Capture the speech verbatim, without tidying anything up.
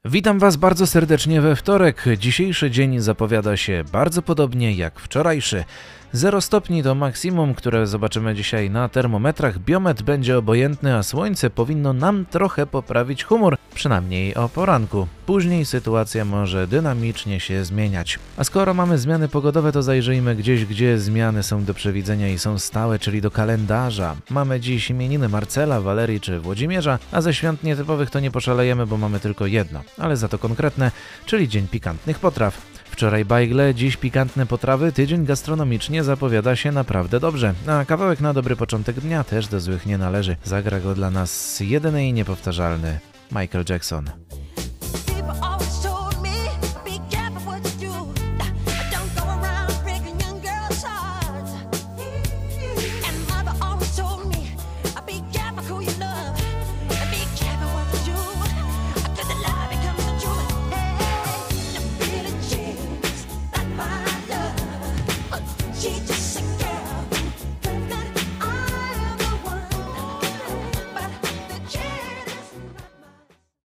Witam Was bardzo serdecznie we wtorek. Dzisiejszy dzień zapowiada się bardzo podobnie jak wczorajszy. zero stopni to maksimum, które zobaczymy dzisiaj na termometrach. Biometr będzie obojętny, a słońce powinno nam trochę poprawić humor, przynajmniej o poranku. Później sytuacja może dynamicznie się zmieniać. A skoro mamy zmiany pogodowe, to zajrzyjmy gdzieś, gdzie zmiany są do przewidzenia i są stałe, czyli do kalendarza. Mamy dziś imieniny Marcela, Walerii czy Włodzimierza, a ze świąt nietypowych to nie poszalejemy, bo mamy tylko jedno, ale za to konkretne, czyli Dzień Pikantnych Potraw. Wczoraj bajgle, dziś pikantne potrawy, tydzień gastronomicznie zapowiada się naprawdę dobrze, a kawałek na dobry początek dnia też do złych nie należy. Zagra go dla nas jedyny i niepowtarzalny Michael Jackson.